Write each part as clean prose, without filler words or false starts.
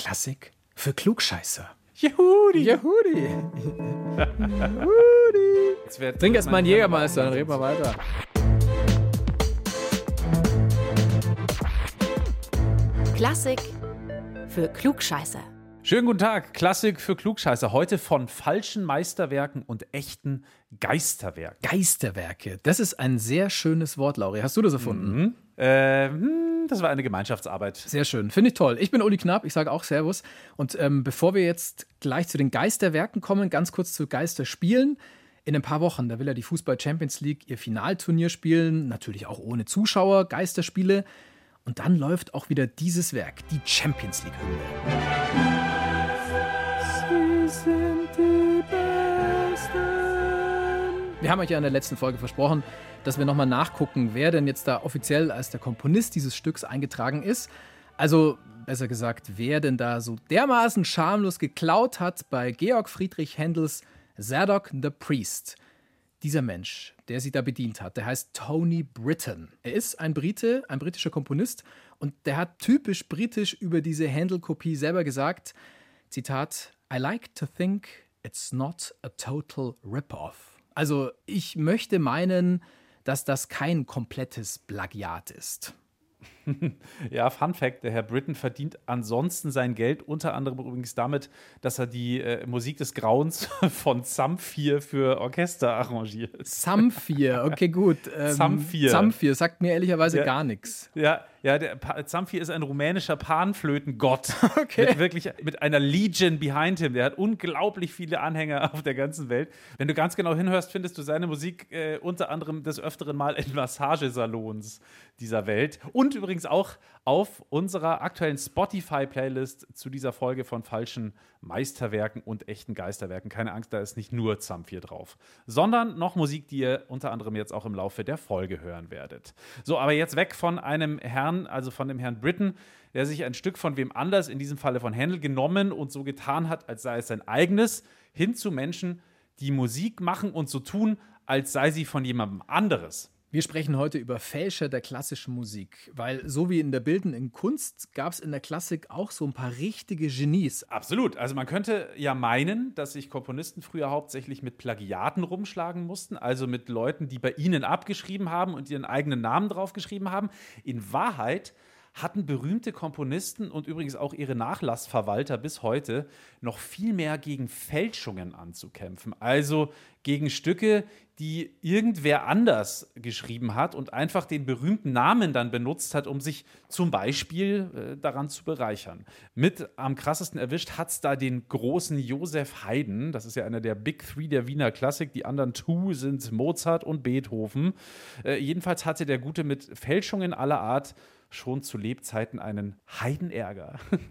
Klassik für Klugscheißer. Juhudi! Juhudi! Trink erst mal einen Jägermeister, dann reden wir weiter. Klassik für Klugscheißer. Schönen guten Tag, Klassik für Klugscheißer. Heute von falschen Meisterwerken und echten Geisterwerken. Geisterwerke, das ist ein sehr schönes Wort, Lauri. Hast du das erfunden? Das war eine Gemeinschaftsarbeit. Sehr schön, finde ich toll. Ich bin Uli Knapp, ich sage auch Servus. Und bevor wir jetzt gleich zu den Geisterwerken kommen, ganz kurz zu Geisterspielen. In ein paar Wochen, da will ja die Fußball-Champions League ihr Finalturnier spielen, natürlich auch ohne Zuschauer, Geisterspiele. Und dann läuft auch wieder dieses Werk, die Champions League-Hymne. Sie sind die Besten. Wir haben euch ja in der letzten Folge versprochen, dass wir nochmal nachgucken, wer denn jetzt da offiziell als der Komponist dieses Stücks eingetragen ist. Also, besser gesagt, wer denn da so dermaßen schamlos geklaut hat bei Georg Friedrich Händels Zadok the Priest. Dieser Mensch, der sich da bedient hat, der heißt Tony Britton. Er ist ein Brite, ein britischer Komponist und der hat typisch britisch über diese Händel-Kopie selber gesagt, Zitat, I like to think it's not a total rip-off. Also ich möchte meinen, dass das kein komplettes Plagiat ist. Ja, Fun Fact, der Herr Britton verdient ansonsten sein Geld unter anderem übrigens damit, dass er die Musik des Grauens von Zamfir für Orchester arrangiert. Zamfir, okay, gut. Zamfir sagt mir ehrlicherweise gar nichts. Ja, der Zamfir ist ein rumänischer Panflötengott. Okay. Mit einer Legion behind him. Der hat unglaublich viele Anhänger auf der ganzen Welt. Wenn du ganz genau hinhörst, findest du seine Musik unter anderem des Öfteren mal in Massagesalons dieser Welt. Und übrigens auch auf unserer aktuellen Spotify-Playlist zu dieser Folge von falschen Meisterwerken und echten Geisterwerken. Keine Angst, da ist nicht nur Zamfir drauf, sondern noch Musik, die ihr unter anderem jetzt auch im Laufe der Folge hören werdet. So, aber jetzt weg von einem Herrn, also von dem Herrn Britton, der sich ein Stück von wem anders, in diesem Falle von Händel, genommen und so getan hat, als sei es sein eigenes, hin zu Menschen, die Musik machen und so tun, als sei sie von jemandem anderes. Wir sprechen heute über Fälscher der klassischen Musik, weil so wie in der bildenden Kunst gab es in der Klassik auch so ein paar richtige Genies. Absolut. Also man könnte ja meinen, dass sich Komponisten früher hauptsächlich mit Plagiaten rumschlagen mussten, also mit Leuten, die bei ihnen abgeschrieben haben und ihren eigenen Namen draufgeschrieben haben. In Wahrheit hatten berühmte Komponisten und übrigens auch ihre Nachlassverwalter bis heute noch viel mehr gegen Fälschungen anzukämpfen. Also gegen Stücke, die irgendwer anders geschrieben hat und einfach den berühmten Namen dann benutzt hat, um sich zum Beispiel daran zu bereichern. Mit am krassesten erwischt hat es da den großen Joseph Haydn. Das ist ja einer der Big Three der Wiener Klassik. Die anderen two sind Mozart und Beethoven. Jedenfalls hatte der Gute mit Fälschungen aller Art schon zu Lebzeiten einen Heidenärger.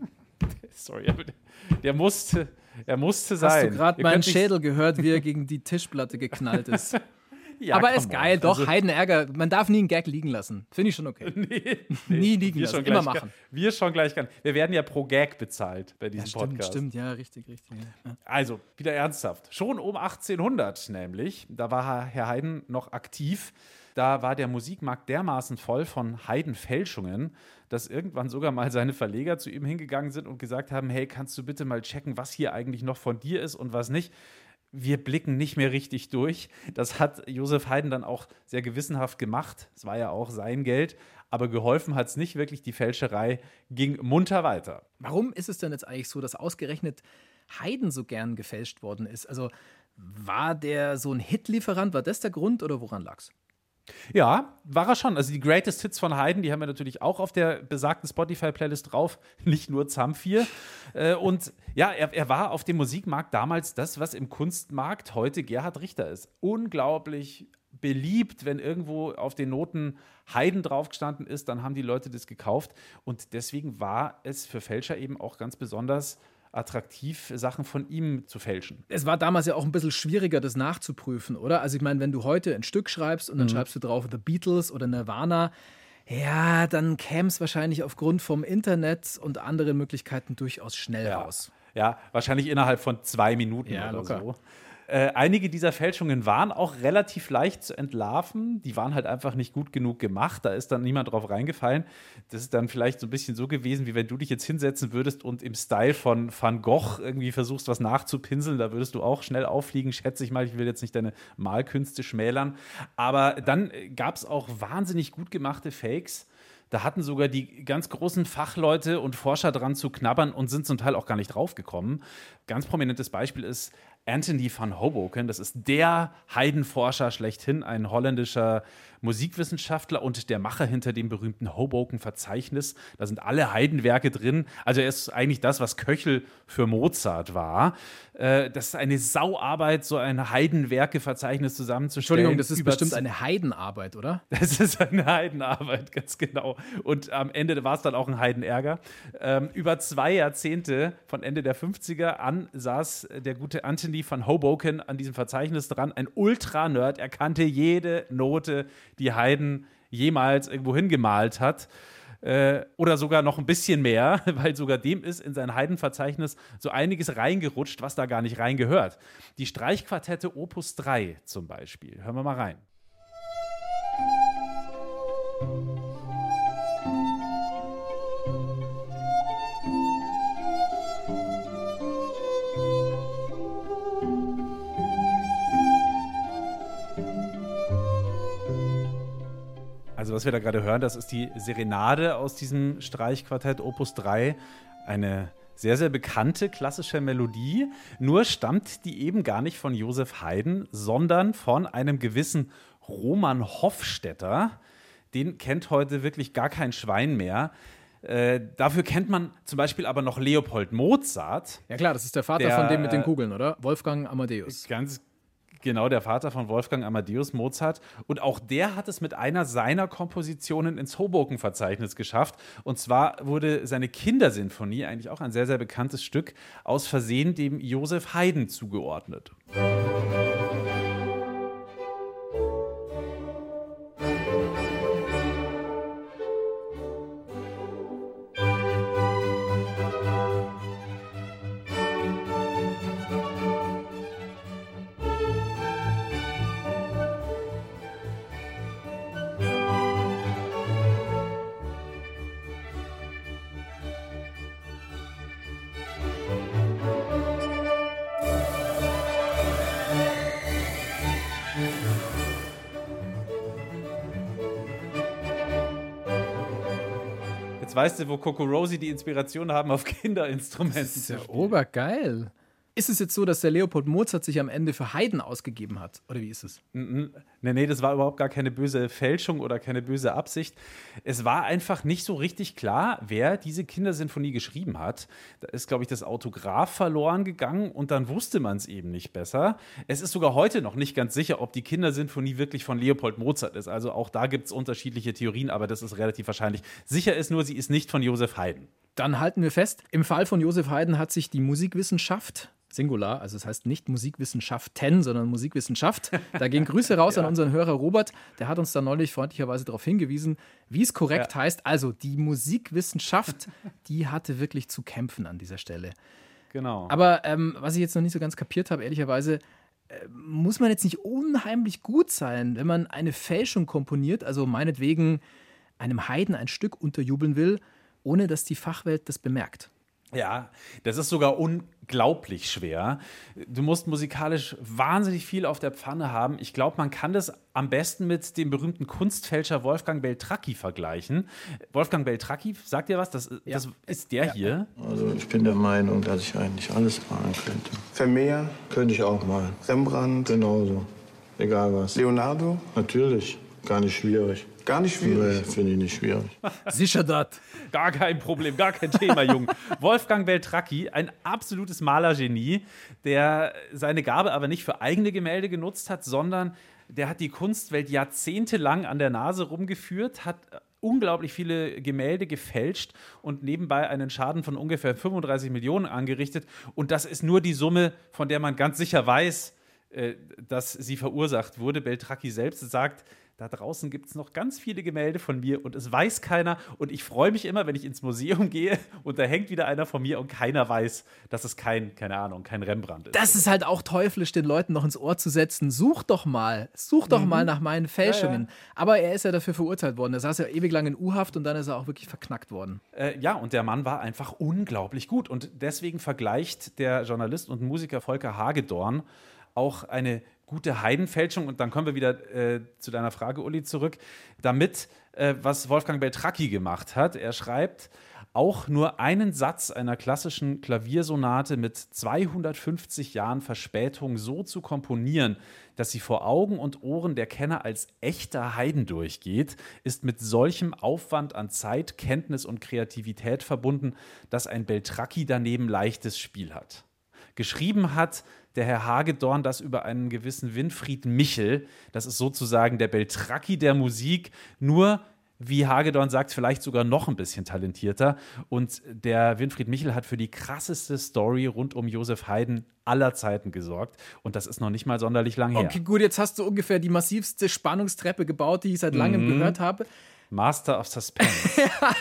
Sorry, aber er musste sein. Hast du gerade meinen Schädel gehört, wie er gegen die Tischplatte geknallt ist? Ja, aber ist geil, doch, also, Heidenärger. Man darf nie einen Gag liegen lassen. Finde ich schon okay. Nee, nie liegen lassen, immer machen. Wir schon gleich. Wir werden ja pro Gag bezahlt bei diesem Podcast. Stimmt, ja, richtig. Ja. Also, wieder ernsthaft. Schon um 1800 nämlich, da war Herr Haydn noch aktiv. Da war der Musikmarkt dermaßen voll von Haydn-Fälschungen, dass irgendwann sogar mal seine Verleger zu ihm hingegangen sind und gesagt haben, hey, kannst du bitte mal checken, was hier eigentlich noch von dir ist und was nicht? Wir blicken nicht mehr richtig durch. Das hat Joseph Haydn dann auch sehr gewissenhaft gemacht. Es war ja auch sein Geld, aber geholfen hat es nicht wirklich. Die Fälscherei ging munter weiter. Warum ist es denn jetzt eigentlich so, dass ausgerechnet Haydn so gern gefälscht worden ist? Also war der so ein Hitlieferant? War das der Grund oder woran lag's? Ja, war er schon. Also die Greatest Hits von Haydn, die haben wir natürlich auch auf der besagten Spotify-Playlist drauf, nicht nur Zamfir. Und ja, er war auf dem Musikmarkt damals das, was im Kunstmarkt heute Gerhard Richter ist. Unglaublich beliebt, wenn irgendwo auf den Noten Haydn draufgestanden ist, dann haben die Leute das gekauft. Und deswegen war es für Fälscher eben auch ganz besonders attraktiv, Sachen von ihm zu fälschen. Es war damals ja auch ein bisschen schwieriger, das nachzuprüfen, oder? Also ich meine, wenn du heute ein Stück schreibst und dann schreibst du drauf The Beatles oder Nirvana, ja, dann käme es wahrscheinlich aufgrund vom Internet und anderen Möglichkeiten durchaus schnell raus. Ja, wahrscheinlich innerhalb von 2 Minuten oder locker. so. Einige dieser Fälschungen waren auch relativ leicht zu entlarven. Die waren halt einfach nicht gut genug gemacht. Da ist dann niemand drauf reingefallen. Das ist dann vielleicht so ein bisschen so gewesen, wie wenn du dich jetzt hinsetzen würdest und im Style von Van Gogh irgendwie versuchst, was nachzupinseln. Da würdest du auch schnell auffliegen, schätze ich mal. Ich will jetzt nicht deine Malkünste schmälern. Aber dann gab es auch wahnsinnig gut gemachte Fakes. Da hatten sogar die ganz großen Fachleute und Forscher dran zu knabbern und sind zum Teil auch gar nicht draufgekommen. Ganz prominentes Beispiel ist Anthony van Hoboken. Das ist der Haydn-Forscher schlechthin, ein holländischer Musikwissenschaftler und der Macher hinter dem berühmten Hoboken-Verzeichnis. Da sind alle Haydn-Werke drin. Also er ist eigentlich das, was Köchel für Mozart war. Das ist eine Sauarbeit, so ein Haydn-Werke-Verzeichnis zusammenzustellen. Entschuldigung, das ist bestimmt eine Haydn-Arbeit, oder? Das ist eine Haydn-Arbeit, ganz genau. Und am Ende war es dann auch ein Haydn-Ärger. Über 2 Jahrzehnte, von Ende der 50er an, saß der gute Anthony van Hoboken an diesem Verzeichnis dran. Ein Ultra-Nerd, er kannte jede Note, die Haydn jemals irgendwo hingemalt hat. Oder sogar noch ein bisschen mehr, weil sogar dem ist in sein Haydn-Verzeichnis so einiges reingerutscht, was da gar nicht reingehört. Die Streichquartette Opus 3 zum Beispiel. Hören wir mal rein. Also was wir da gerade hören, das ist die Serenade aus diesem Streichquartett Opus 3. Eine sehr, sehr bekannte klassische Melodie. Nur stammt die eben gar nicht von Joseph Haydn, sondern von einem gewissen Roman Hofstetter. Den kennt heute wirklich gar kein Schwein mehr. Dafür kennt man zum Beispiel aber noch Leopold Mozart. Ja klar, das ist der Vater von dem mit den Kugeln, oder? Wolfgang Amadeus. Ganz genau, der Vater von Wolfgang Amadeus Mozart. Und auch der hat es mit einer seiner Kompositionen ins Hoboken-Verzeichnis geschafft. Und zwar wurde seine Kindersinfonie, eigentlich auch ein sehr, sehr bekanntes Stück, aus Versehen dem Joseph Haydn zugeordnet. Weißt du, wo Coco Rosie die Inspiration haben auf Kinderinstrumenten? Das ist ja obergeil. Ist es jetzt so, dass der Leopold Mozart sich am Ende für Haydn ausgegeben hat? Oder wie ist es? Nee, das war überhaupt gar keine böse Fälschung oder keine böse Absicht. Es war einfach nicht so richtig klar, wer diese Kindersinfonie geschrieben hat. Da ist, glaube ich, das Autograph verloren gegangen und dann wusste man es eben nicht besser. Es ist sogar heute noch nicht ganz sicher, ob die Kindersinfonie wirklich von Leopold Mozart ist. Also auch da gibt es unterschiedliche Theorien, aber das ist relativ wahrscheinlich. Sicher ist nur, sie ist nicht von Joseph Haydn. Dann halten wir fest, im Fall von Joseph Haydn hat sich die Musikwissenschaft, Singular, also das heißt nicht Musikwissenschaften, sondern Musikwissenschaft. Da gehen Grüße raus an unseren Hörer Robert. Der hat uns da neulich freundlicherweise darauf hingewiesen, wie es korrekt heißt. Also die Musikwissenschaft, die hatte wirklich zu kämpfen an dieser Stelle. Genau. Aber was ich jetzt noch nicht so ganz kapiert habe, ehrlicherweise, muss man jetzt nicht unheimlich gut sein, wenn man eine Fälschung komponiert, also meinetwegen einem Haydn ein Stück unterjubeln will, ohne dass die Fachwelt das bemerkt. Ja, das ist sogar unglaublich schwer. Du musst musikalisch wahnsinnig viel auf der Pfanne haben. Ich glaube, man kann das am besten mit dem berühmten Kunstfälscher Wolfgang Beltracchi vergleichen. Wolfgang Beltracchi, sagt dir was? Das ist der hier. Also ich bin der Meinung, dass ich eigentlich alles malen könnte. Vermeer könnte ich auch malen. Rembrandt genauso. Egal was. Leonardo? Natürlich. Gar nicht schwierig. Gar nicht schwierig? Nee, finde ich nicht schwierig. Sicher das. Gar kein Problem, gar kein Thema, Jung. Wolfgang Beltracchi, ein absolutes Malergenie, der seine Gabe aber nicht für eigene Gemälde genutzt hat, sondern der hat die Kunstwelt jahrzehntelang an der Nase rumgeführt, hat unglaublich viele Gemälde gefälscht und nebenbei einen Schaden von ungefähr 35 Millionen angerichtet. Und das ist nur die Summe, von der man ganz sicher weiß, dass sie verursacht wurde. Beltracchi selbst sagt, da draußen gibt es noch ganz viele Gemälde von mir und es weiß keiner. Und ich freue mich immer, wenn ich ins Museum gehe und da hängt wieder einer von mir und keiner weiß, dass es kein Rembrandt ist. Das ist halt auch teuflisch, den Leuten noch ins Ohr zu setzen. Such doch mal nach meinen Fälschungen. Ja. Aber er ist ja dafür verurteilt worden. Er saß ja ewig lang in U-Haft und dann ist er auch wirklich verknackt worden. Und der Mann war einfach unglaublich gut. Und deswegen vergleicht der Journalist und Musiker Volker Hagedorn auch eine gute Heidenfälschung, und dann kommen wir wieder zu deiner Frage, Uli, zurück, damit, was Wolfgang Beltracchi gemacht hat. Er schreibt, auch nur einen Satz einer klassischen Klaviersonate mit 250 Jahren Verspätung so zu komponieren, dass sie vor Augen und Ohren der Kenner als echter Haydn durchgeht, ist mit solchem Aufwand an Zeit, Kenntnis und Kreativität verbunden, dass ein Beltracchi daneben leichtes Spiel hat. Geschrieben hat der Herr Hagedorn das über einen gewissen Winfried Michel. Das ist sozusagen der Beltracchi der Musik, nur, wie Hagedorn sagt, vielleicht sogar noch ein bisschen talentierter. Und der Winfried Michel hat für die krasseste Story rund um Joseph Haydn aller Zeiten gesorgt. Und das ist noch nicht mal sonderlich lang her. Okay, gut, jetzt hast du ungefähr die massivste Spannungstreppe gebaut, die ich seit langem gehört habe. Master of Suspense.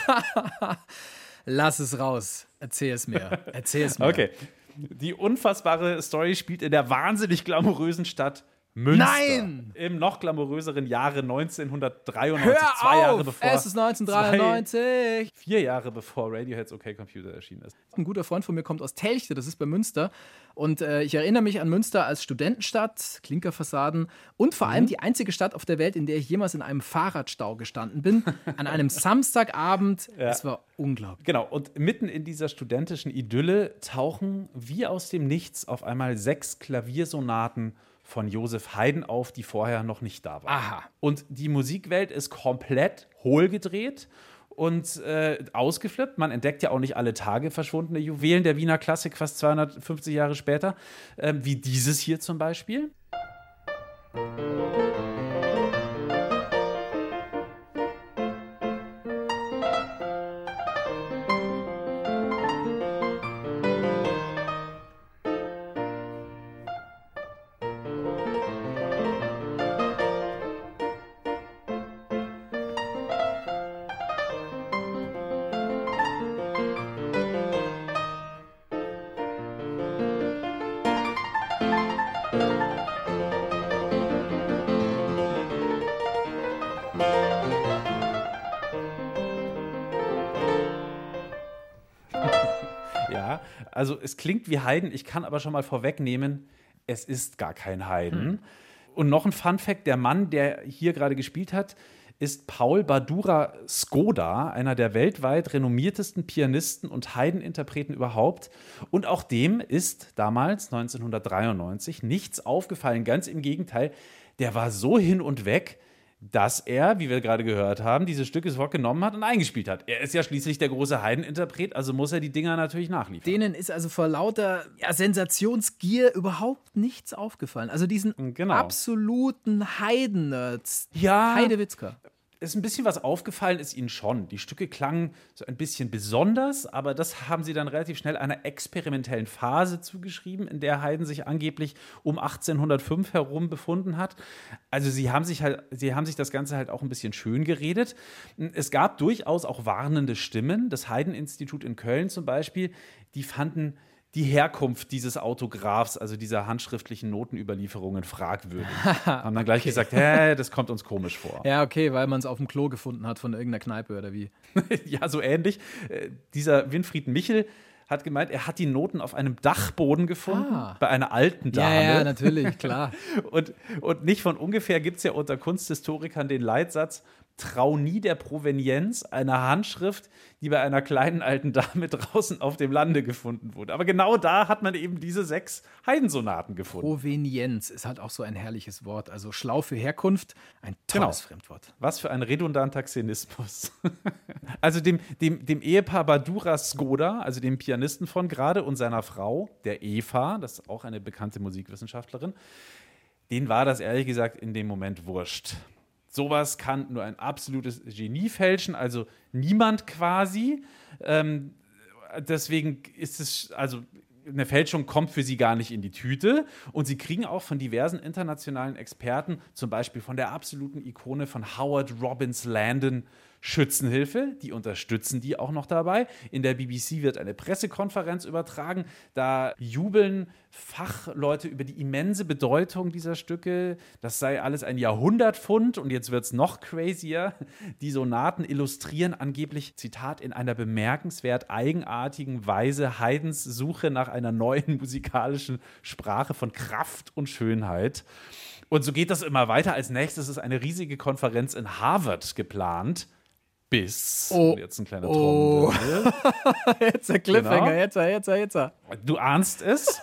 Lass es raus. Erzähl es mir. Okay. Die unfassbare Story spielt in der wahnsinnig glamourösen Stadt Münster. Nein! Im noch glamouröseren Jahre 1993. Hör 2 Jahre auf! bevor. Es ist 1993. 4 Jahre bevor Radioheads OK Computer erschienen ist. Ein guter Freund von mir kommt aus Telchte, das ist bei Münster. Und ich erinnere mich an Münster als Studentenstadt, Klinkerfassaden und vor allem die einzige Stadt auf der Welt, in der ich jemals in einem Fahrradstau gestanden bin. An einem Samstagabend. Ja. Es war unglaublich. Genau, und mitten in dieser studentischen Idylle tauchen wie aus dem Nichts auf einmal 6 Klaviersonaten von Joseph Haydn auf, die vorher noch nicht da waren. Aha. Und die Musikwelt ist komplett hohlgedreht und ausgeflippt. Man entdeckt ja auch nicht alle Tage verschwundene Juwelen der Wiener Klassik fast 250 Jahre später, wie dieses hier zum Beispiel. Also es klingt wie Haydn, ich kann aber schon mal vorwegnehmen, es ist gar kein Haydn. Und noch ein Funfact, der Mann, der hier gerade gespielt hat, ist Paul Badura Skoda, einer der weltweit renommiertesten Pianisten und Haydn-Interpreten überhaupt. Und auch dem ist damals, 1993, nichts aufgefallen. Ganz im Gegenteil, der war so hin und weg, dass er, wie wir gerade gehört haben, dieses Stück sofort genommen hat und eingespielt hat. Er ist ja schließlich der große Haydn-Interpret, also muss er die Dinger natürlich nachliefern. Denen ist also vor lauter Sensationsgier überhaupt nichts aufgefallen. Also diesen absoluten Haydn-Nerds. Ja. Heidewitzka. Ist ein bisschen was aufgefallen, ist ihnen schon. Die Stücke klangen so ein bisschen besonders, aber das haben sie dann relativ schnell einer experimentellen Phase zugeschrieben, in der Haydn sich angeblich um 1805 herum befunden hat. Also sie haben sich das Ganze halt auch ein bisschen schön geredet. Es gab durchaus auch warnende Stimmen. Das Haydn-Institut in Köln zum Beispiel, die fanden die Herkunft dieses Autographs, also dieser handschriftlichen Notenüberlieferungen, fragwürdig. Haben dann gleich gesagt, das kommt uns komisch vor. Ja, okay, weil man es auf dem Klo gefunden hat von irgendeiner Kneipe oder wie. Ja, so ähnlich. Dieser Winfried Michel hat gemeint, er hat die Noten auf einem Dachboden gefunden, bei einer alten Dame. Ja, natürlich, klar. Und nicht von ungefähr gibt es ja unter Kunsthistorikern den Leitsatz, trau nie der Provenienz einer Handschrift, die bei einer kleinen alten Dame draußen auf dem Lande gefunden wurde. Aber genau da hat man eben diese 6 Haydn-Sonaten gefunden. Provenienz ist halt auch so ein herrliches Wort. Also schlau für Herkunft, ein tolles Fremdwort. Was für ein redundanter Xenismus. Also dem Ehepaar Badura Skoda, also dem Pianisten von gerade, und seiner Frau, der Eva, das ist auch eine bekannte Musikwissenschaftlerin, denen war das ehrlich gesagt in dem Moment wurscht. Sowas kann nur ein absolutes Genie fälschen, also niemand quasi. Deswegen ist es, also eine Fälschung kommt für sie gar nicht in die Tüte. Und sie kriegen auch von diversen internationalen Experten, zum Beispiel von der absoluten Ikone von Howard Robbins Landon, Schützenhilfe. Die unterstützen die auch noch dabei. In der BBC wird eine Pressekonferenz übertragen. Da jubeln Fachleute über die immense Bedeutung dieser Stücke. Das sei alles ein Jahrhundertfund. Und jetzt wird es noch crazier. Die Sonaten illustrieren angeblich, Zitat, in einer bemerkenswert eigenartigen Weise Haydns Suche nach einer neuen musikalischen Sprache von Kraft und Schönheit. Und so geht das immer weiter. Als nächstes ist eine riesige Konferenz in Harvard geplant. Und jetzt ein kleiner Trommelwirbel. Jetzt der Cliffhanger, genau. jetzt. Du ahnst es.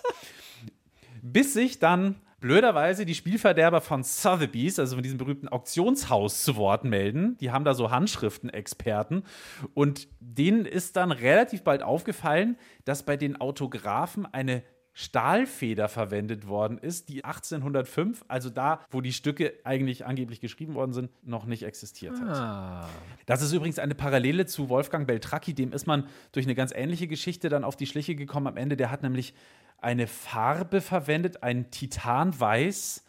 Bis sich dann blöderweise die Spielverderber von Sotheby's, also von diesem berühmten Auktionshaus, zu Wort melden. Die haben da so Handschriftenexperten. Und denen ist dann relativ bald aufgefallen, dass bei den Autographen eine Stahlfeder verwendet worden ist, die 1805, also da, wo die Stücke eigentlich angeblich geschrieben worden sind, noch nicht existiert hat. Das ist übrigens eine Parallele zu Wolfgang Beltracchi, dem ist man durch eine ganz ähnliche Geschichte dann auf die Schliche gekommen am Ende. Der hat nämlich eine Farbe verwendet, ein Titanweiß,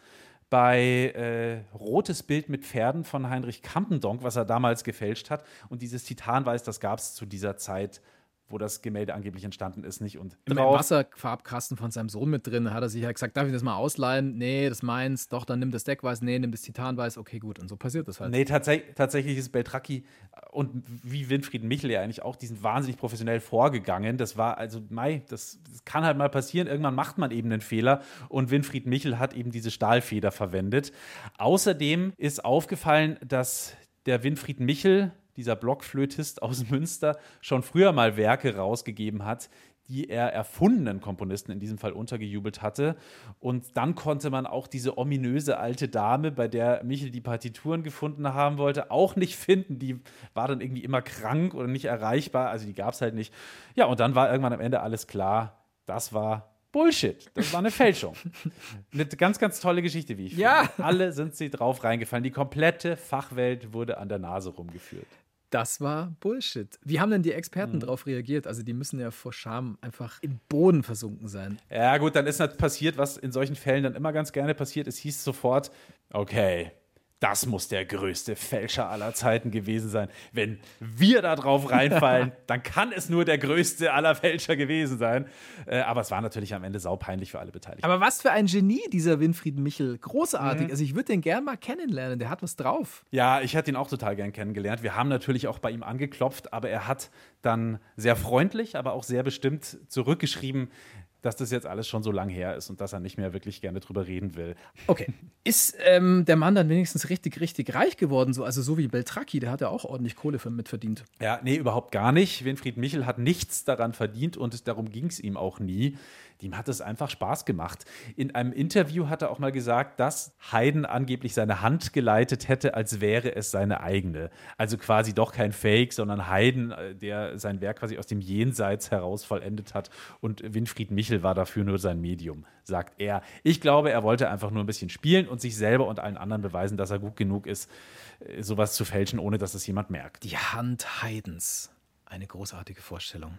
bei Rotes Bild mit Pferden von Heinrich Campendonck, was er damals gefälscht hat. Und dieses Titanweiß, das gab es zu dieser Zeit, wo das Gemälde angeblich entstanden ist, nicht. Und im Wasserfarbkasten von seinem Sohn mit drin hat er sich halt gesagt, darf ich das mal ausleihen? Nee, das meins. Doch, dann nimm das Deckweiß. Nee, nimm das Titanweiß. Okay, gut. Und so passiert das halt. Nee, tatsächlich ist Beltracchi und wie Winfried Michel ja eigentlich auch, die sind wahnsinnig professionell vorgegangen. Das war, also, das kann halt mal passieren. Irgendwann macht man eben einen Fehler und Winfried Michel hat eben diese Stahlfeder verwendet. Außerdem ist aufgefallen, dass der Winfried Michel, dieser Blockflötist aus Münster, schon früher mal Werke rausgegeben hat, die er erfundenen Komponisten in diesem Fall untergejubelt hatte. Und dann konnte man auch diese ominöse alte Dame, bei der Michel die Partituren gefunden haben wollte, auch nicht finden. Die war dann irgendwie immer krank oder nicht erreichbar. Also die gab es halt nicht. Ja, und dann war irgendwann am Ende alles klar. Das war Bullshit. Das war eine Fälschung. Eine ganz, ganz tolle Geschichte, wie ich finde. Alle sind sie drauf reingefallen. Die komplette Fachwelt wurde an der Nase rumgeführt. Das war Bullshit. Wie haben denn die Experten darauf reagiert? Also die müssen ja vor Scham einfach im Boden versunken sein. Ja gut, dann ist das passiert, was in solchen Fällen dann immer ganz gerne passiert. Es hieß sofort, okay, das muss der größte Fälscher aller Zeiten gewesen sein. Wenn wir da drauf reinfallen, dann kann es nur der größte aller Fälscher gewesen sein. Aber es war natürlich am Ende saupeinlich für alle Beteiligten. Aber was für ein Genie, dieser Winfried Michel. Großartig. Also ich würde den gern mal kennenlernen. Der hat was drauf. Ja, ich hätte ihn auch total gern kennengelernt. Wir haben natürlich auch bei ihm angeklopft, aber er hat dann sehr freundlich, aber auch sehr bestimmt zurückgeschrieben, dass das jetzt alles schon so lang her ist und dass er nicht mehr wirklich gerne drüber reden will. Okay. Ist der Mann dann wenigstens richtig, richtig reich geworden? Also so wie Beltracchi, der hat ja auch ordentlich Kohle mitverdient. Ja, nee, überhaupt gar nicht. Winfried Michel hat nichts daran verdient und darum ging es ihm auch nie. Dem hat es einfach Spaß gemacht. In einem Interview hat er auch mal gesagt, dass Haydn angeblich seine Hand geleitet hätte, als wäre es seine eigene. Also quasi doch kein Fake, sondern Haydn, der sein Werk quasi aus dem Jenseits heraus vollendet hat. Und Winfried Michel war dafür nur sein Medium, sagt er. Ich glaube, er wollte einfach nur ein bisschen spielen und sich selber und allen anderen beweisen, dass er gut genug ist, sowas zu fälschen, ohne dass es jemand merkt. Die Hand Haydns. Eine großartige Vorstellung.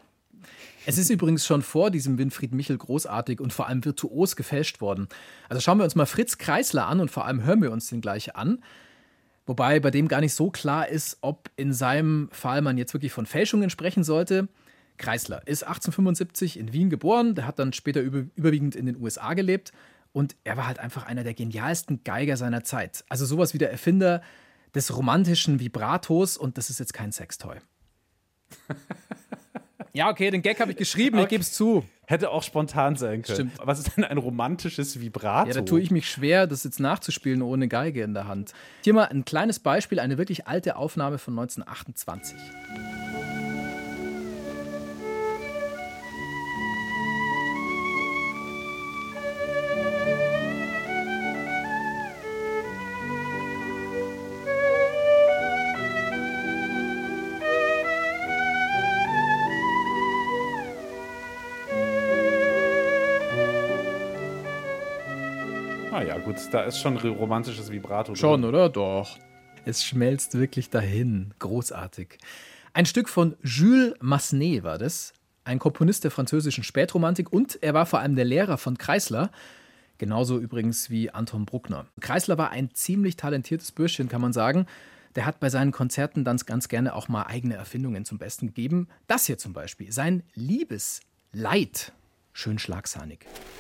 Es ist übrigens schon vor diesem Winfried Michel großartig und vor allem virtuos gefälscht worden. Also schauen wir uns mal Fritz Kreisler an und vor allem hören wir uns den gleich an. Wobei bei dem gar nicht so klar ist, ob in seinem Fall man jetzt wirklich von Fälschungen sprechen sollte. Kreisler ist 1875 in Wien geboren, der hat dann später überwiegend in den USA gelebt und er war halt einfach einer der genialsten Geiger seiner Zeit. Also sowas wie der Erfinder des romantischen Vibratos und das ist jetzt kein Sextoy. Ja, okay, den Gag habe ich geschrieben, ich gebe es zu. Hätte auch spontan sein können. Stimmt. Was ist denn ein romantisches Vibrato? Ja, da tue ich mich schwer, das jetzt nachzuspielen ohne Geige in der Hand. Hier mal ein kleines Beispiel, eine wirklich alte Aufnahme von 1928. Ja gut, da ist schon romantisches Vibrato drin. Schon, oder? Doch. Es schmelzt wirklich dahin. Großartig. Ein Stück von Jules Massenet war das. ein Komponist der französischen Spätromantik und er war vor allem der Lehrer von Kreisler. Genauso übrigens wie Anton Bruckner. Kreisler war ein ziemlich talentiertes Bürschchen, kann man sagen. Der hat bei seinen Konzerten dann ganz gerne auch mal eigene Erfindungen zum Besten gegeben. Das hier zum Beispiel, sein Liebesleid. Schön schlagsahnig.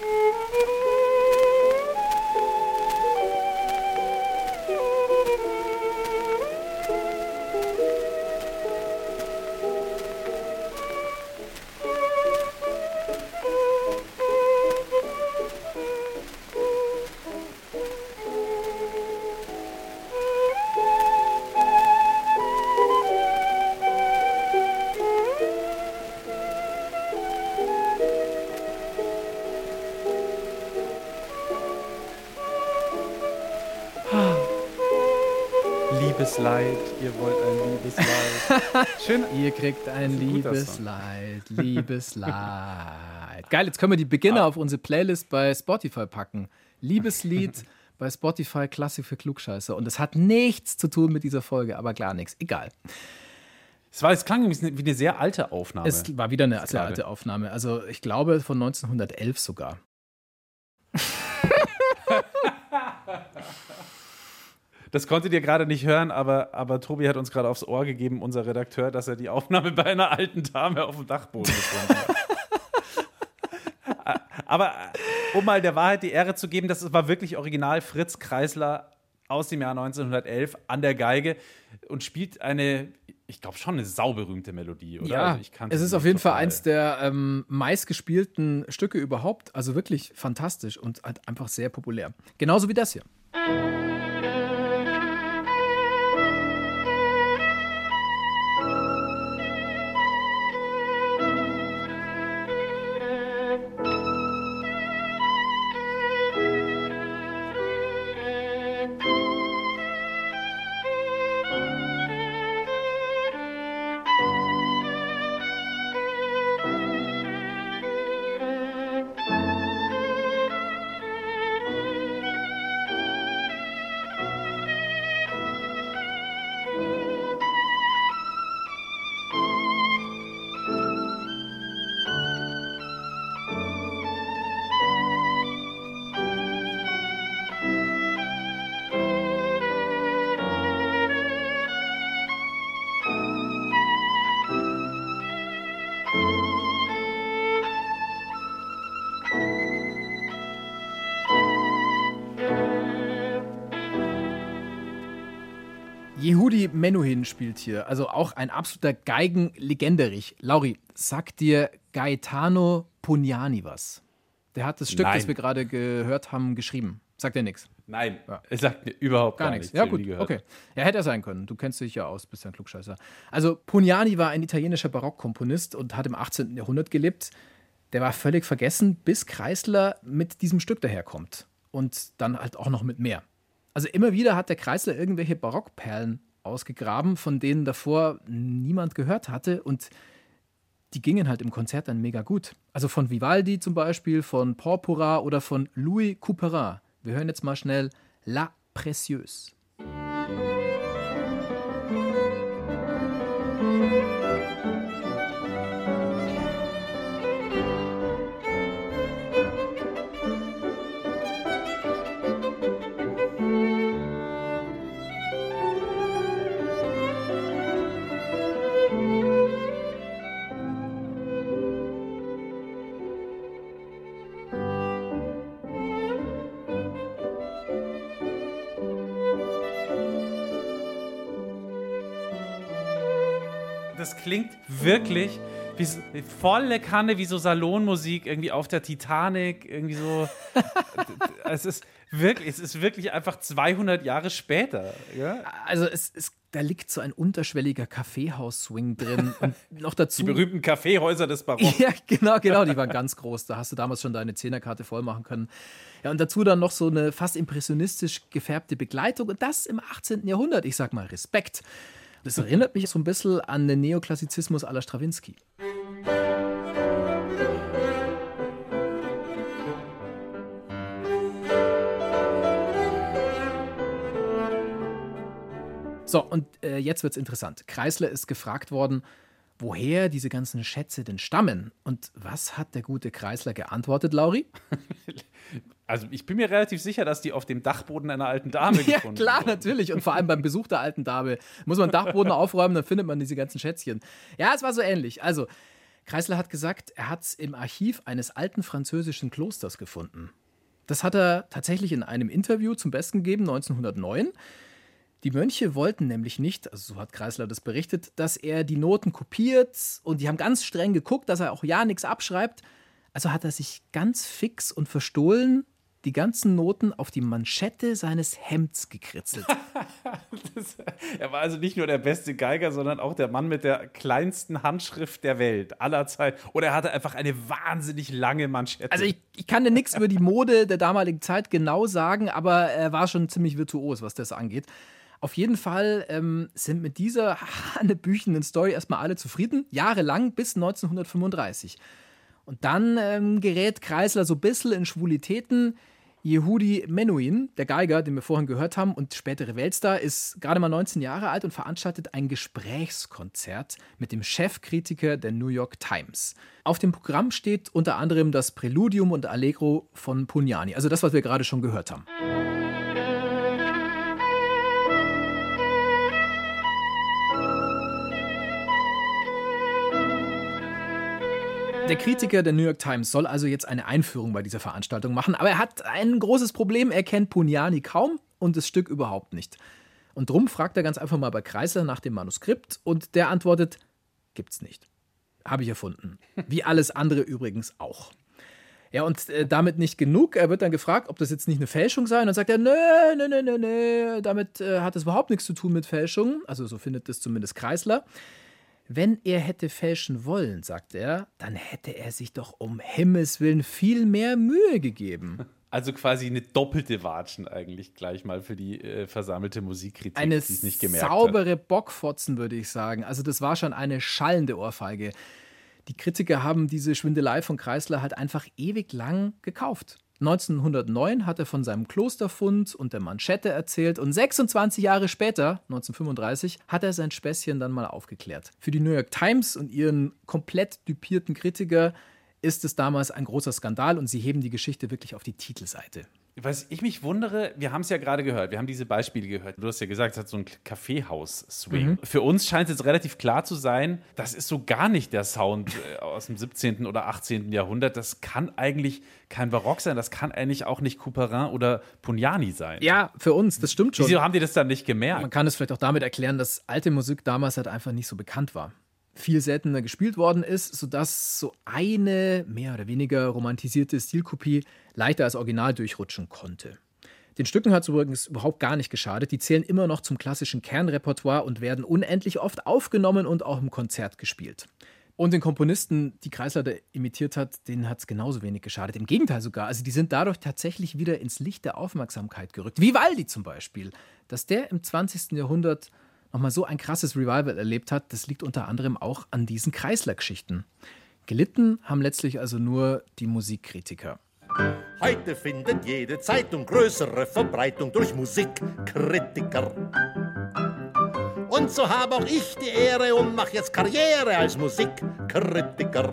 Liebesleid, ihr wollt ein Liebesleid. Schön. Ihr kriegt ein Liebesleid, Liebesleid. Geil, jetzt können wir die Beginner auf unsere Playlist bei Spotify packen. Liebeslied bei Spotify, Klassik für Klugscheißer. Und das hat nichts zu tun mit dieser Folge, aber gar nichts. Egal. Es klang wie eine sehr alte Aufnahme. Es war wieder eine sehr alte Aufnahme. Also ich glaube von 1911 sogar. Das konntet ihr gerade nicht hören, aber Tobi hat uns gerade aufs Ohr gegeben, unser Redakteur, dass er die Aufnahme bei einer alten Dame auf dem Dachboden gefunden hat. Aber um mal der Wahrheit die Ehre zu geben, das war wirklich original Fritz Kreisler aus dem Jahr 1911 an der Geige und spielt eine, ich glaube schon eine sauberühmte Melodie, oder? Ja, also es ist auf jeden Fall eins der meistgespielten Stücke überhaupt. Also wirklich fantastisch und halt einfach sehr populär. Genauso wie das hier. Yehudi Menuhin spielt hier, also auch ein absoluter Geigenlegenderich. Lauri, sagt dir Gaetano Pugnani was? Der hat das Stück, das wir gerade gehört haben, geschrieben. Sagt dir nichts? Nein, ja. Er sagt mir überhaupt gar nichts. Ja gut, okay. Ja, hätte er sein können. Du kennst dich ja aus, bist ja ein Klugscheißer. Also Pugnani war ein italienischer Barockkomponist und hat im 18. Jahrhundert gelebt. Der war völlig vergessen, bis Kreisler mit diesem Stück daherkommt. Und dann halt auch noch mit mehr. Also immer wieder hat der Kreisler irgendwelche Barockperlen ausgegraben, von denen davor niemand gehört hatte. Und die gingen halt im Konzert dann mega gut. Also von Vivaldi zum Beispiel, von Porpora oder von Louis Couperin. Wir hören jetzt mal schnell La Précieuse. Das klingt wirklich wie volle Kanne, wie so Salonmusik irgendwie auf der Titanic, irgendwie so. Es ist wirklich einfach 200 Jahre später. Ja? Also da liegt so ein unterschwelliger Kaffeehaus-Swing drin und noch dazu. Die berühmten Kaffeehäuser des Barock. Ja, genau, die waren ganz groß. Da hast du damals schon deine Zehnerkarte voll machen können. Ja, und dazu dann noch so eine fast impressionistisch gefärbte Begleitung und das im 18. Jahrhundert. Ich sag mal Respekt. Das erinnert mich so ein bisschen an den Neoklassizismus à la Stravinsky. So, und jetzt wird's interessant. Kreisler ist gefragt worden, woher diese ganzen Schätze denn stammen. Und was hat der gute Kreisler geantwortet, Lauri? Also ich bin mir relativ sicher, dass die auf dem Dachboden einer alten Dame gefunden wurden. Ja, klar, natürlich. Und vor allem beim Besuch der alten Dame muss man den Dachboden aufräumen, dann findet man diese ganzen Schätzchen. Ja, es war so ähnlich. Also, Kreisler hat gesagt, er hat es im Archiv eines alten französischen Klosters gefunden. Das hat er tatsächlich in einem Interview zum Besten gegeben, 1909. Die Mönche wollten nämlich nicht, also so hat Kreisler das berichtet, dass er die Noten kopiert und die haben ganz streng geguckt, dass er auch ja nichts abschreibt. Also hat er sich ganz fix und verstohlen die ganzen Noten auf die Manschette seines Hemds gekritzelt. Er war also nicht nur der beste Geiger, sondern auch der Mann mit der kleinsten Handschrift der Welt aller Zeit. Oder er hatte einfach eine wahnsinnig lange Manschette. Also ich kann dir nichts über die Mode der damaligen Zeit genau sagen, aber er war schon ziemlich virtuos, was das angeht. Auf jeden Fall sind mit dieser hanebüchenden Story erstmal alle zufrieden, jahrelang bis 1935. Und dann gerät Kreisler so ein bisschen in Schwulitäten. Yehudi Menuhin, der Geiger, den wir vorhin gehört haben und spätere Weltstar, ist gerade mal 19 Jahre alt und veranstaltet ein Gesprächskonzert mit dem Chefkritiker der New York Times. Auf dem Programm steht unter anderem das Präludium und Allegro von Pugnani, also das, was wir gerade schon gehört haben. Der Kritiker der New York Times soll also jetzt eine Einführung bei dieser Veranstaltung machen, aber er hat ein großes Problem, er kennt Pugnani kaum und das Stück überhaupt nicht. Und drum fragt er ganz einfach mal bei Kreisler nach dem Manuskript und der antwortet, gibt's nicht. Habe ich erfunden. Wie alles andere übrigens auch. Ja, und damit nicht genug. Er wird dann gefragt, ob das jetzt nicht eine Fälschung sei. Und dann sagt er, nee, damit hat es überhaupt nichts zu tun mit Fälschung. Also so findet es zumindest Kreisler. Wenn er hätte fälschen wollen, sagt er, dann hätte er sich doch um Himmels Willen viel mehr Mühe gegeben. Also quasi eine doppelte Watschen eigentlich gleich mal für die versammelte Musikkritik, die es nicht gemerkt hat. Eine saubere Bockfotzen, würde ich sagen. Also das war schon eine schallende Ohrfeige. Die Kritiker haben diese Schwindelei von Kreisler halt einfach ewig lang gekauft. 1909 hat er von seinem Klosterfund und der Manschette erzählt und 26 Jahre später, 1935, hat er sein Späßchen dann mal aufgeklärt. Für die New York Times und ihren komplett düpierten Kritiker ist es damals ein großer Skandal und sie heben die Geschichte wirklich auf die Titelseite. Was ich mich wundere, wir haben es ja gerade gehört, wir haben diese Beispiele gehört. Du hast ja gesagt, es hat so einen Kaffeehaus-Swing. Für uns scheint es jetzt relativ klar zu sein, das ist so gar nicht der Sound aus dem 17. oder 18. Jahrhundert. Das kann eigentlich kein Barock sein, das kann eigentlich auch nicht Couperin oder Pugnani sein. Ja, für uns, das stimmt schon. Wieso haben die das dann nicht gemerkt? Man kann es vielleicht auch damit erklären, dass alte Musik damals halt einfach nicht so bekannt war. Viel seltener gespielt worden ist, sodass so eine mehr oder weniger romantisierte Stilkopie leichter als Original durchrutschen konnte. Den Stücken hat es übrigens überhaupt gar nicht geschadet. Die zählen immer noch zum klassischen Kernrepertoire und werden unendlich oft aufgenommen und auch im Konzert gespielt. Und den Komponisten, die Kreisler da imitiert hat, denen hat es genauso wenig geschadet. Im Gegenteil sogar. Also die sind dadurch tatsächlich wieder ins Licht der Aufmerksamkeit gerückt. Vivaldi zum Beispiel. Dass der im 20. Jahrhundert nochmal so ein krasses Revival erlebt hat, das liegt unter anderem auch an diesen Kreisler-Geschichten. Gelitten haben letztlich also nur die Musikkritiker. Heute findet jede Zeitung größere Verbreitung durch Musikkritiker. Und so habe auch ich die Ehre und mache jetzt Karriere als Musikkritiker.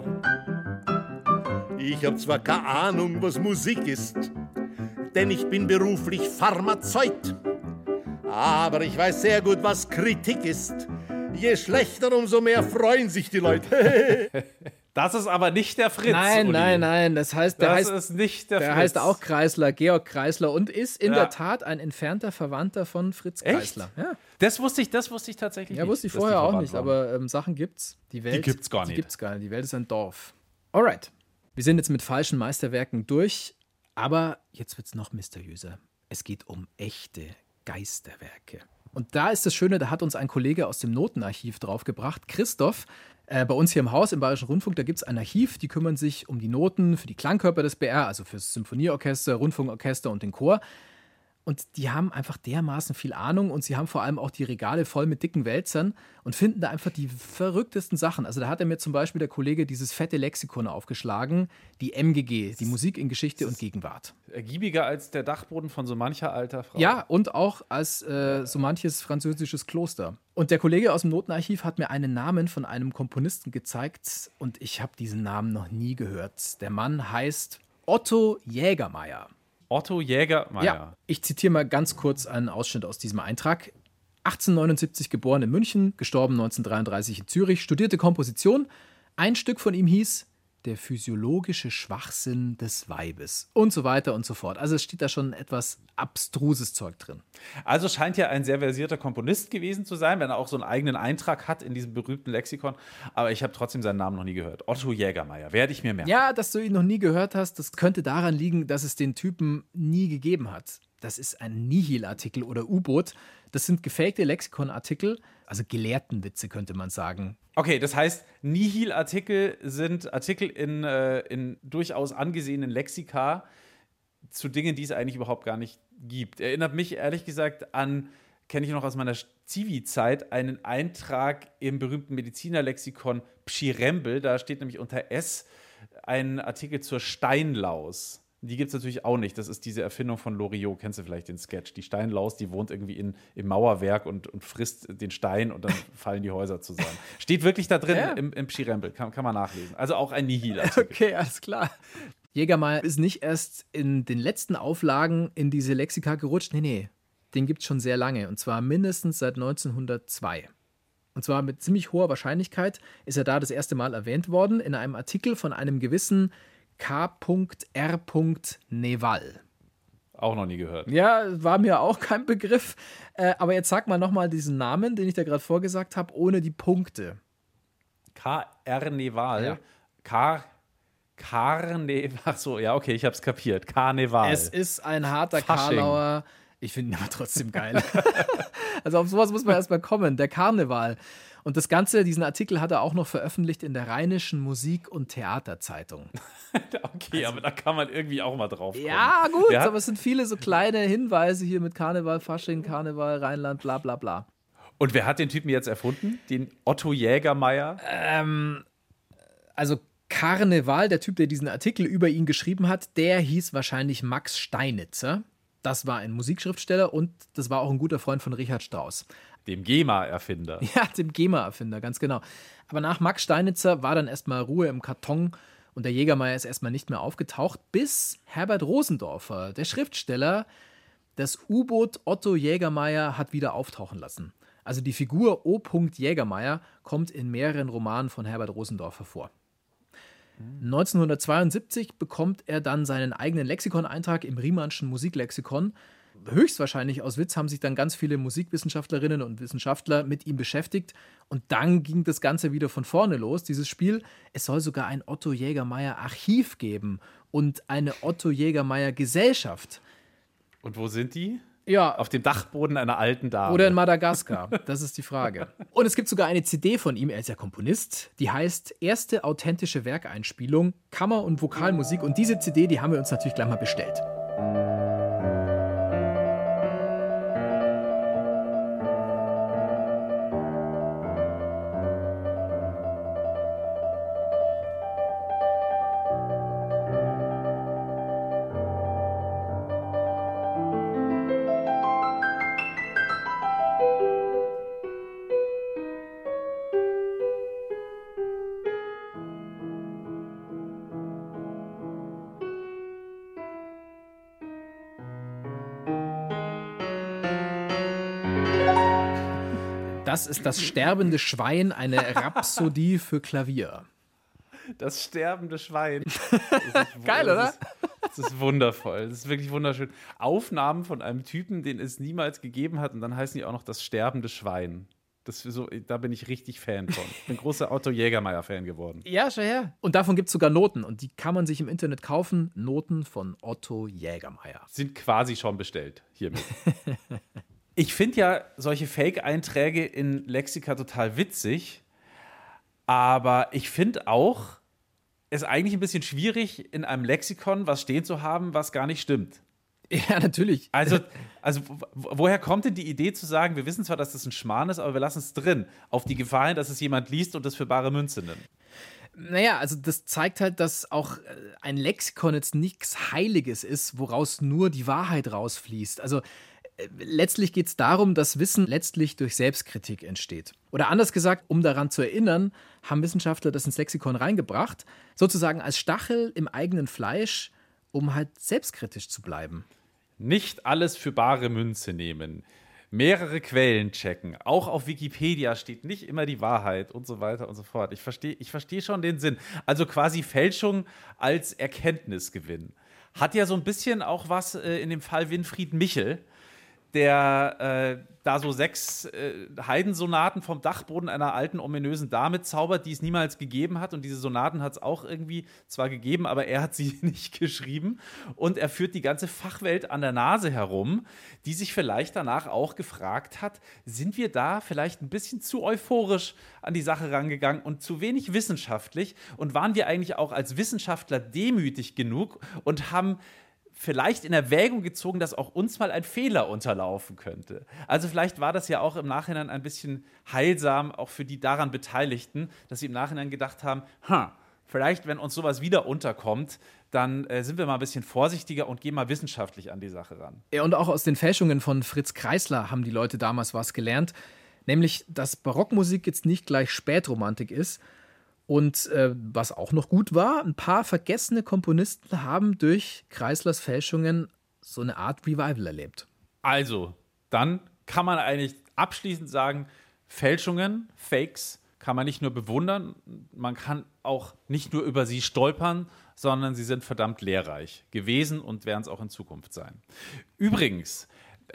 Ich habe zwar keine Ahnung, was Musik ist, denn ich bin beruflich Pharmazeut. Aber ich weiß sehr gut, was Kritik ist. Je schlechter, umso mehr freuen sich die Leute. Das ist aber nicht der Fritz. Nein. Das heißt, der heißt auch Kreisler, Georg Kreisler und ist in der Tat ein entfernter Verwandter von Fritz Kreisler. Ja. Das wusste ich tatsächlich nicht. Ja, wusste ich vorher auch nicht, aber Sachen gibt's. Die gibt's gar nicht. Die gibt's gar nicht. Die Welt ist ein Dorf. Alright. Wir sind jetzt mit falschen Meisterwerken durch, aber jetzt wird's noch mysteriöser. Es geht um echte Geisterwerke. Und da ist das Schöne, da hat uns ein Kollege aus dem Notenarchiv draufgebracht, Christoph. Bei uns hier im Haus, im Bayerischen Rundfunk, da gibt es ein Archiv, die kümmern sich um die Noten für die Klangkörper des BR, also fürs Symphonieorchester, Rundfunkorchester und den Chor. Und die haben einfach dermaßen viel Ahnung und sie haben vor allem auch die Regale voll mit dicken Wälzern und finden da einfach die verrücktesten Sachen. Also da hat er mir zum Beispiel der Kollege dieses fette Lexikon aufgeschlagen, die MGG, die Musik in Geschichte und Gegenwart. Ergiebiger als der Dachboden von so mancher alter Frau. Ja, und auch als so manches französisches Kloster. Und der Kollege aus dem Notenarchiv hat mir einen Namen von einem Komponisten gezeigt und ich habe diesen Namen noch nie gehört. Der Mann heißt Otto Jägermeier. Otto Jägermeier. Ja, ich zitiere mal ganz kurz einen Ausschnitt aus diesem Eintrag. 1879 geboren in München, gestorben 1933 in Zürich, studierte Komposition. Ein Stück von ihm hieß Der physiologische Schwachsinn des Weibes und so weiter und so fort. Also es steht da schon etwas abstruses Zeug drin. Also scheint ja ein sehr versierter Komponist gewesen zu sein, wenn er auch so einen eigenen Eintrag hat in diesem berühmten Lexikon. Aber ich habe trotzdem seinen Namen noch nie gehört. Otto Jägermeier, werde ich mir merken. Ja, dass du ihn noch nie gehört hast, das könnte daran liegen, dass es den Typen nie gegeben hat. Das ist ein Nihil-Artikel oder U-Boot. Das sind gefakte Lexikonartikel, also Gelehrtenwitze könnte man sagen. Okay, das heißt, Nihil-Artikel sind Artikel in durchaus angesehenen Lexika zu Dingen, die es eigentlich überhaupt gar nicht gibt. Erinnert mich ehrlich gesagt an, kenne ich noch aus meiner Zivi-Zeit, einen Eintrag im berühmten Medizinerlexikon Pschyrembel. Da steht nämlich unter S ein Artikel zur Steinlaus. Die gibt es natürlich auch nicht. Das ist diese Erfindung von Loriot. Kennst du vielleicht den Sketch? Die Steinlaus, die wohnt irgendwie im Mauerwerk und frisst den Stein und dann fallen die Häuser zusammen. Steht wirklich da drin im Pschyrembel. Kann man nachlesen. Also auch ein Nihil-Artikel. Okay, alles klar. Jägermeier ist nicht erst in den letzten Auflagen in diese Lexika gerutscht. Nee. Den gibt es schon sehr lange. Und zwar mindestens seit 1902. Und zwar mit ziemlich hoher Wahrscheinlichkeit ist er da das erste Mal erwähnt worden in einem Artikel von einem gewissen K.R. Neval. Auch noch nie gehört. Ja, war mir auch kein Begriff. Aber jetzt sag mal nochmal diesen Namen, den ich da gerade vorgesagt habe, ohne die Punkte. K.R. Neval. Ja. Karneval. Ach so, ja, okay, ich hab's kapiert. Karneval. Es ist ein harter Fasching. Karlauer. Ich finde ihn aber trotzdem geil. Also auf sowas muss man erstmal kommen. Der Karneval. Und das Ganze, diesen Artikel hat er auch noch veröffentlicht in der Rheinischen Musik- und Theaterzeitung. Okay, aber da kann man irgendwie auch mal drauf kommen. Ja, gut, Ja? aber es sind viele so kleine Hinweise hier mit Karneval, Fasching, Karneval, Rheinland, bla bla bla. Und wer hat den Typen jetzt erfunden? Den Otto Jägermeier? Also Karneval, der Typ, der diesen Artikel über ihn geschrieben hat, der hieß wahrscheinlich Max Steinitzer. Das war ein Musikschriftsteller und das war auch ein guter Freund von Richard Strauss. Dem GEMA-Erfinder. Ja, dem GEMA-Erfinder, ganz genau. Aber nach Max Steinitzer war dann erstmal Ruhe im Karton und der Jägermeier ist erstmal nicht mehr aufgetaucht, bis Herbert Rosendorfer, der Schriftsteller, das U-Boot Otto Jägermeier hat wieder auftauchen lassen. Also die Figur O. Jägermeier kommt in mehreren Romanen von Herbert Rosendorfer vor. 1972 bekommt er dann seinen eigenen Lexikoneintrag im Riemannschen Musiklexikon. Höchstwahrscheinlich aus Witz haben sich dann ganz viele Musikwissenschaftlerinnen und Wissenschaftler mit ihm beschäftigt. Und dann ging das Ganze wieder von vorne los, dieses Spiel. Es soll sogar ein Otto Jägermeier Archiv geben und eine Otto Jägermeier Gesellschaft. Und wo sind die? Ja, Auf dem Dachboden einer alten Dame. oder in Madagaskar, das ist die Frage. Und es gibt sogar eine CD von ihm, er ist ja Komponist, die heißt Erste authentische Werkeinspielung, Kammer- und Vokalmusik. Und diese CD, die haben wir uns natürlich gleich mal bestellt. Das ist das sterbende Schwein, eine Rhapsodie für Klavier. Das sterbende Schwein. Geil, oder? Das ist wundervoll. Das ist wirklich wunderschön. Aufnahmen von einem Typen, den es niemals gegeben hat, und dann heißen die auch noch das sterbende Schwein. Da bin ich richtig Fan von. Ich bin großer Otto Jägermeier-Fan geworden. Ja, schau her. Und davon gibt es sogar Noten. Und die kann man sich im Internet kaufen. Noten von Otto Jägermeier. Sind quasi schon bestellt hiermit. Ich finde ja solche Fake-Einträge in Lexika total witzig, aber ich finde auch, es eigentlich ein bisschen schwierig, in einem Lexikon was stehen zu haben, was gar nicht stimmt. Ja, natürlich. Also woher kommt denn die Idee zu sagen, wir wissen zwar, dass das ein Schmarrn ist, aber wir lassen es drin, auf die Gefahr hin, dass es jemand liest und das für bare Münze nimmt? Naja, also das zeigt halt, dass auch ein Lexikon jetzt nichts Heiliges ist, woraus nur die Wahrheit rausfließt. Also letztlich geht es darum, dass Wissen letztlich durch Selbstkritik entsteht. Oder anders gesagt, um daran zu erinnern, haben Wissenschaftler das ins Lexikon reingebracht, sozusagen als Stachel im eigenen Fleisch, um halt selbstkritisch zu bleiben. Nicht alles für bare Münze nehmen. Mehrere Quellen checken. Auch auf Wikipedia steht nicht immer die Wahrheit und so weiter und so fort. Ich verstehe schon den Sinn. Also quasi Fälschung als Erkenntnisgewinn. Hat ja so ein bisschen auch was in dem Fall Winfried Michel, der da so 6 Heidensonaten vom Dachboden einer alten, ominösen Dame zaubert, die es niemals gegeben hat. Und diese Sonaten hat es auch irgendwie zwar gegeben, aber er hat sie nicht geschrieben. Und er führt die ganze Fachwelt an der Nase herum, die sich vielleicht danach auch gefragt hat, sind wir da vielleicht ein bisschen zu euphorisch an die Sache rangegangen und zu wenig wissenschaftlich? Und waren wir eigentlich auch als Wissenschaftler demütig genug und haben vielleicht in Erwägung gezogen, dass auch uns mal ein Fehler unterlaufen könnte. Also vielleicht war das ja auch im Nachhinein ein bisschen heilsam, auch für die daran Beteiligten, dass sie im Nachhinein gedacht haben, vielleicht, wenn uns sowas wieder unterkommt, dann sind wir mal ein bisschen vorsichtiger und gehen mal wissenschaftlich an die Sache ran. Ja, und auch aus den Fälschungen von Fritz Kreisler haben die Leute damals was gelernt, nämlich, dass Barockmusik jetzt nicht gleich Spätromantik ist. Und was auch noch gut war, ein paar vergessene Komponisten haben durch Kreislers Fälschungen so eine Art Revival erlebt. Also, dann kann man eigentlich abschließend sagen, Fälschungen, Fakes, kann man nicht nur bewundern, man kann auch nicht nur über sie stolpern, sondern sie sind verdammt lehrreich gewesen und werden es auch in Zukunft sein. Übrigens,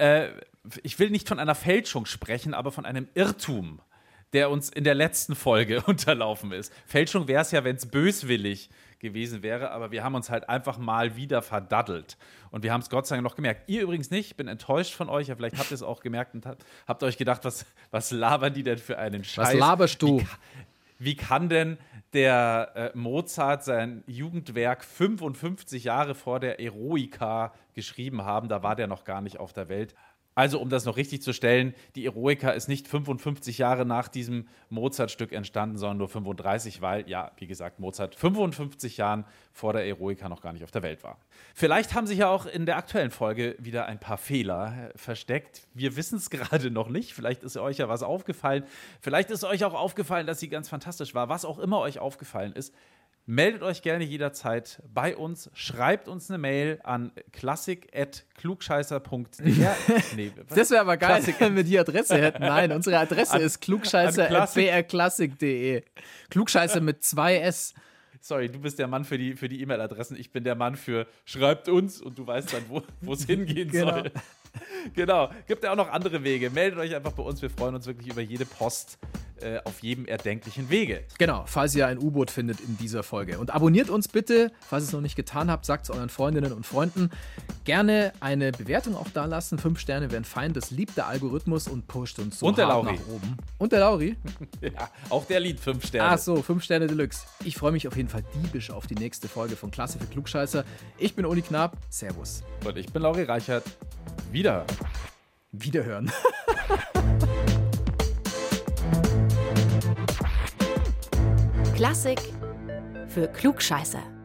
ich will nicht von einer Fälschung sprechen, aber von einem Irrtum, der uns in der letzten Folge unterlaufen ist. Fälschung wäre es ja, wenn es böswillig gewesen wäre, aber wir haben uns halt einfach mal wieder verdaddelt. Und wir haben es Gott sei Dank noch gemerkt. Ihr übrigens nicht, ich bin enttäuscht von euch, ja, vielleicht habt ihr es auch gemerkt und habt euch gedacht, was labern die denn für einen Scheiß? Was laberst du? Wie kann denn der Mozart sein Jugendwerk 55 Jahre vor der Eroica geschrieben haben? Da war der noch gar nicht auf der Welt. Also, um das noch richtig zu stellen, die Eroica ist nicht 55 Jahre nach diesem Mozart-Stück entstanden, sondern nur 35, weil, ja, wie gesagt, Mozart 55 Jahren vor der Eroica noch gar nicht auf der Welt war. Vielleicht haben sich ja auch in der aktuellen Folge wieder ein paar Fehler versteckt. Wir wissen es gerade noch nicht. Vielleicht ist euch ja was aufgefallen. Vielleicht ist euch auch aufgefallen, dass sie ganz fantastisch war. Was auch immer euch aufgefallen ist, meldet euch gerne jederzeit bei uns. Schreibt uns eine Mail an klassik@klugscheißer.de. Nee, das wäre aber geil, wenn wir die Adresse hätten. Nein, unsere Adresse ist klugscheißer@brklassik.de. Klugscheißer mit 2 S. Sorry, du bist der Mann für die E-Mail-Adressen. Ich bin der Mann für schreibt uns und du weißt dann, wo es hingehen soll. Genau. Gibt ja auch noch andere Wege. Meldet euch einfach bei uns. Wir freuen uns wirklich über jede Post auf jedem erdenklichen Wege. Genau, falls ihr ein U-Boot findet in dieser Folge. Und abonniert uns bitte, falls ihr es noch nicht getan habt, sagt es euren Freundinnen und Freunden. Gerne eine Bewertung auch da lassen. 5 Sterne wären fein. Das liebt der Algorithmus und pusht uns so und der hart Lauri. nach oben. Und der Lauri? Ja, auch der liebt 5 Sterne. Ach so, 5 Sterne Deluxe. Ich freue mich auf jeden Fall diebisch auf die nächste Folge von Klasse für Klugscheißer. Ich bin Uli Knapp. Servus. Und ich bin Lauri Reichert. Wiederhören. Klassik für Klugscheißer.